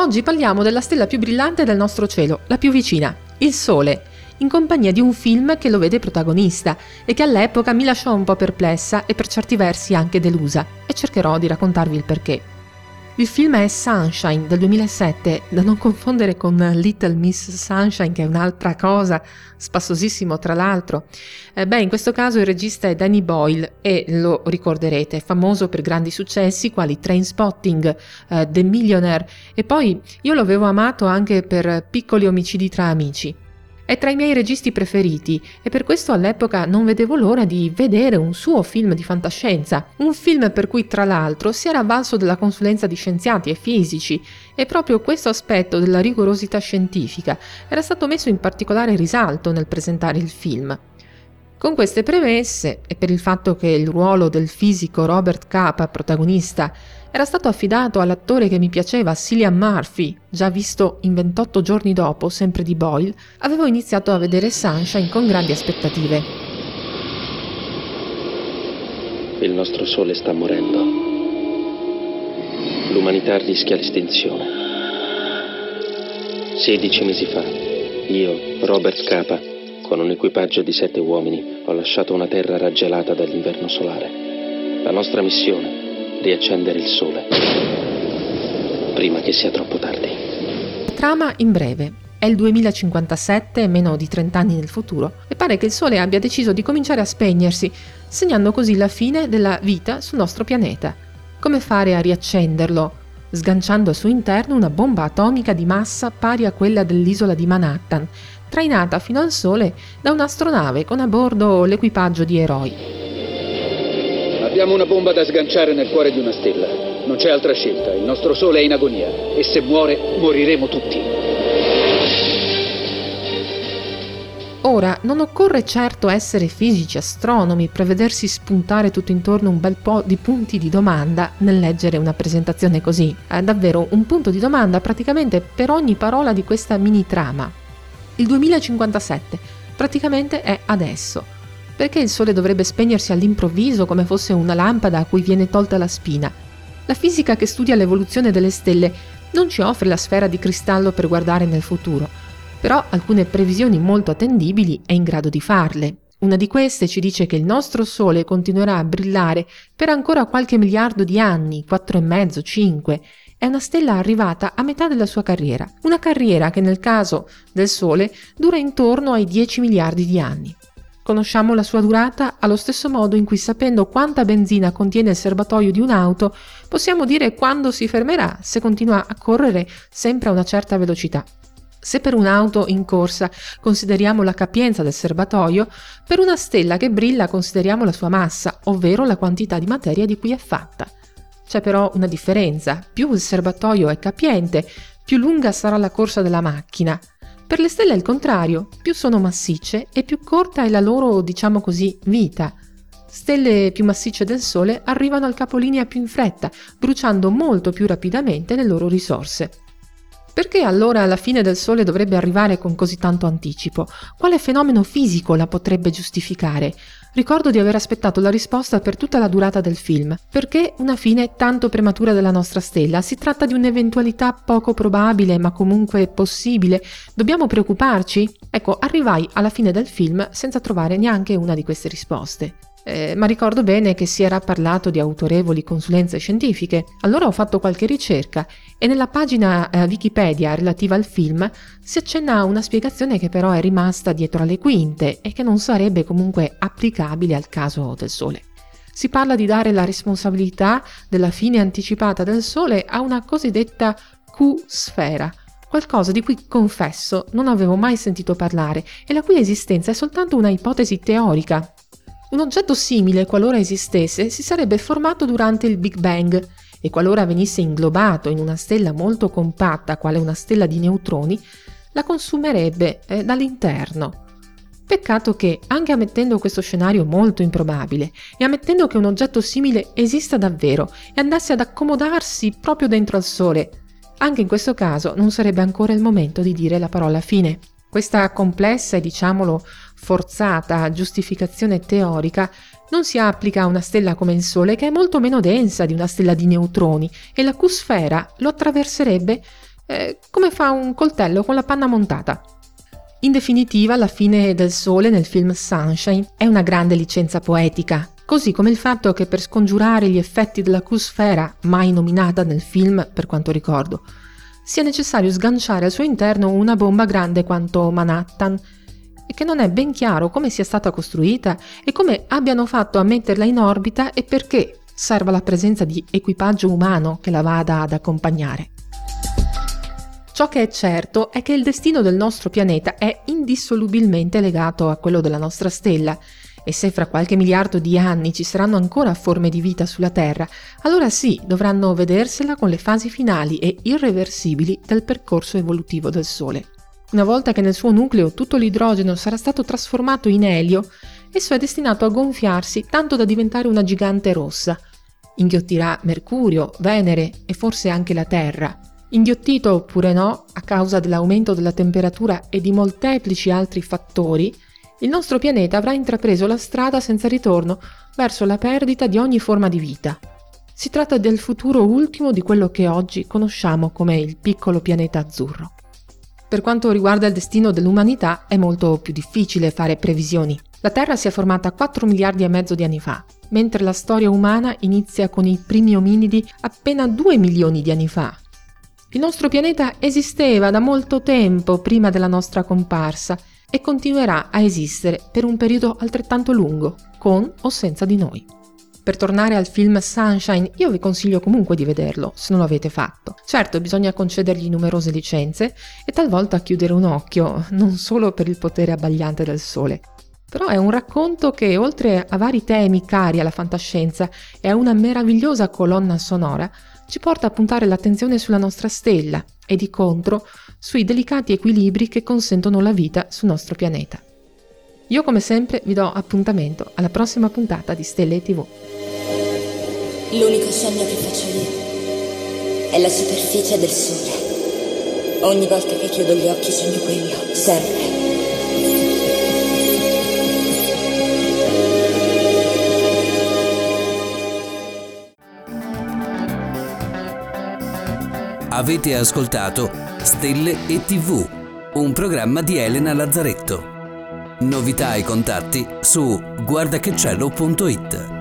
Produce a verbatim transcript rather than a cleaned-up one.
Oggi parliamo della stella più brillante del nostro cielo, la più vicina, il Sole, in compagnia di un film che lo vede protagonista e che all'epoca mi lasciò un po' perplessa e per certi versi anche delusa, e cercherò di raccontarvi il perché. Il film è Sunshine del duemilasette, da non confondere con Little Miss Sunshine, che è un'altra cosa, spassosissimo tra l'altro. Eh beh, in questo caso il regista è Danny Boyle e lo ricorderete, è famoso per grandi successi quali Trainspotting, eh, The Millionaire, e poi io lo avevo amato anche per Piccoli omicidi tra amici. È tra i miei registi preferiti e per questo all'epoca non vedevo l'ora di vedere un suo film di fantascienza, un film per cui tra l'altro si era avvalso della consulenza di scienziati e fisici, e proprio questo aspetto della rigorosità scientifica era stato messo in particolare risalto nel presentare il film. Con queste premesse, e per il fatto che il ruolo del fisico Robert Capa, protagonista, era stato affidato all'attore che mi piaceva, Cillian Murphy, già visto in ventotto giorni dopo, sempre di Boyle, avevo iniziato a vedere Sunshine con grandi aspettative. Il nostro sole sta morendo. L'umanità rischia l'estinzione. Sedici mesi fa, io, Robert Capa, con un equipaggio di sette uomini, ho lasciato una terra raggelata dall'inverno solare. La nostra missione: riaccendere il sole prima che sia troppo tardi. Trama in breve. È il duemilacinquantasette, meno di trenta anni nel futuro, e pare che il sole abbia deciso di cominciare a spegnersi, segnando così la fine della vita sul nostro pianeta. Come fare a riaccenderlo? Sganciando al suo interno una bomba atomica di massa pari a quella dell'isola di Manhattan, trainata fino al sole da un'astronave con a bordo l'equipaggio di eroi. Abbiamo una bomba da sganciare nel cuore di una stella. Non c'è altra scelta. Il nostro sole è in agonia e se muore, moriremo tutti. Ora, non occorre certo essere fisici, astronomi, per vedersi spuntare tutto intorno un bel po' di punti di domanda nel leggere una presentazione così. È davvero un punto di domanda praticamente per ogni parola di questa mini trama. Il duemilacinquantasette praticamente è adesso. Perché il sole dovrebbe spegnersi all'improvviso come fosse una lampada a cui viene tolta la spina? La fisica che studia l'evoluzione delle stelle non ci offre la sfera di cristallo per guardare nel futuro, però alcune previsioni molto attendibili è in grado di farle. Una di queste ci dice che il nostro sole continuerà a brillare per ancora qualche miliardo di anni, quattro e mezzo, cinque. È una stella arrivata a metà della sua carriera, una carriera che nel caso del sole dura intorno ai dieci miliardi di anni. Conosciamo la sua durata allo stesso modo in cui, sapendo quanta benzina contiene il serbatoio di un'auto, possiamo dire quando si fermerà se continua a correre sempre a una certa velocità. Se per un'auto in corsa consideriamo la capienza del serbatoio, per una stella che brilla consideriamo la sua massa, ovvero la quantità di materia di cui è fatta. C'è però una differenza: più il serbatoio è capiente, più lunga sarà la corsa della macchina. Per le stelle è il contrario, più sono massicce e più corta è la loro, diciamo così, vita. Stelle più massicce del Sole arrivano al capolinea più in fretta, bruciando molto più rapidamente le loro risorse. Perché allora la fine del Sole dovrebbe arrivare con così tanto anticipo? Quale fenomeno fisico la potrebbe giustificare? Ricordo di aver aspettato la risposta per tutta la durata del film. Perché una fine tanto prematura della nostra stella? Si tratta di un'eventualità poco probabile, ma comunque possibile. Dobbiamo preoccuparci? Ecco, arrivai alla fine del film senza trovare neanche una di queste risposte. Eh, ma ricordo bene che si era parlato di autorevoli consulenze scientifiche. Allora ho fatto qualche ricerca e nella pagina eh, Wikipedia relativa al film si accenna a una spiegazione che però è rimasta dietro alle quinte e che non sarebbe comunque applicabile al caso del Sole. Si parla di dare la responsabilità della fine anticipata del Sole a una cosiddetta Q-sfera, qualcosa di cui, confesso, non avevo mai sentito parlare e la cui esistenza è soltanto una ipotesi teorica. Un oggetto simile, qualora esistesse, si sarebbe formato durante il Big Bang e qualora venisse inglobato in una stella molto compatta, quale una stella di neutroni, la consumerebbe eh, dall'interno. Peccato che, anche ammettendo questo scenario molto improbabile e ammettendo che un oggetto simile esista davvero e andasse ad accomodarsi proprio dentro al Sole, anche in questo caso non sarebbe ancora il momento di dire la parola fine. Questa complessa e, diciamolo, forzata giustificazione teorica non si applica a una stella come il Sole, che è molto meno densa di una stella di neutroni, e la Q-sfera lo attraverserebbe eh, come fa un coltello con la panna montata. In definitiva, la fine del sole nel film Sunshine è una grande licenza poetica, così come il fatto che per scongiurare gli effetti dell'acusfera, mai nominata nel film per quanto ricordo, sia necessario sganciare al suo interno una bomba grande quanto Manhattan, e che non è ben chiaro come sia stata costruita e come abbiano fatto a metterla in orbita e perché serva la presenza di equipaggio umano che la vada ad accompagnare. Ciò che è certo è che il destino del nostro pianeta è indissolubilmente legato a quello della nostra stella, e se fra qualche miliardo di anni ci saranno ancora forme di vita sulla Terra, allora sì, dovranno vedersela con le fasi finali e irreversibili del percorso evolutivo del Sole. Una volta che nel suo nucleo tutto l'idrogeno sarà stato trasformato in elio, esso è destinato a gonfiarsi tanto da diventare una gigante rossa. Inghiottirà Mercurio, Venere e forse anche la Terra. Inghiottito oppure no, a causa dell'aumento della temperatura e di molteplici altri fattori, il nostro pianeta avrà intrapreso la strada senza ritorno verso la perdita di ogni forma di vita. Si tratta del futuro ultimo di quello che oggi conosciamo come il piccolo pianeta azzurro. Per quanto riguarda il destino dell'umanità, è molto più difficile fare previsioni. La Terra si è formata quattro miliardi e mezzo di anni fa, mentre la storia umana inizia con i primi ominidi appena due milioni di anni fa. Il nostro pianeta esisteva da molto tempo prima della nostra comparsa e continuerà a esistere per un periodo altrettanto lungo, con o senza di noi. Per tornare al film Sunshine, io vi consiglio comunque di vederlo, se non lo avete fatto. Certo, bisogna concedergli numerose licenze e talvolta chiudere un occhio, non solo per il potere abbagliante del sole. Però è un racconto che, oltre a vari temi cari alla fantascienza e a una meravigliosa colonna sonora, ci porta a puntare l'attenzione sulla nostra stella e di contro sui delicati equilibri che consentono la vita sul nostro pianeta. Io come sempre vi do appuntamento alla prossima puntata di Stelle tivù. L'unico sogno che faccio io è la superficie del sole. Ogni volta che chiudo gli occhi sogno quello, sempre. Avete ascoltato Stelle e tivù, un programma di Elena Lazzaretto. Novità e contatti su guardachecielo punto it.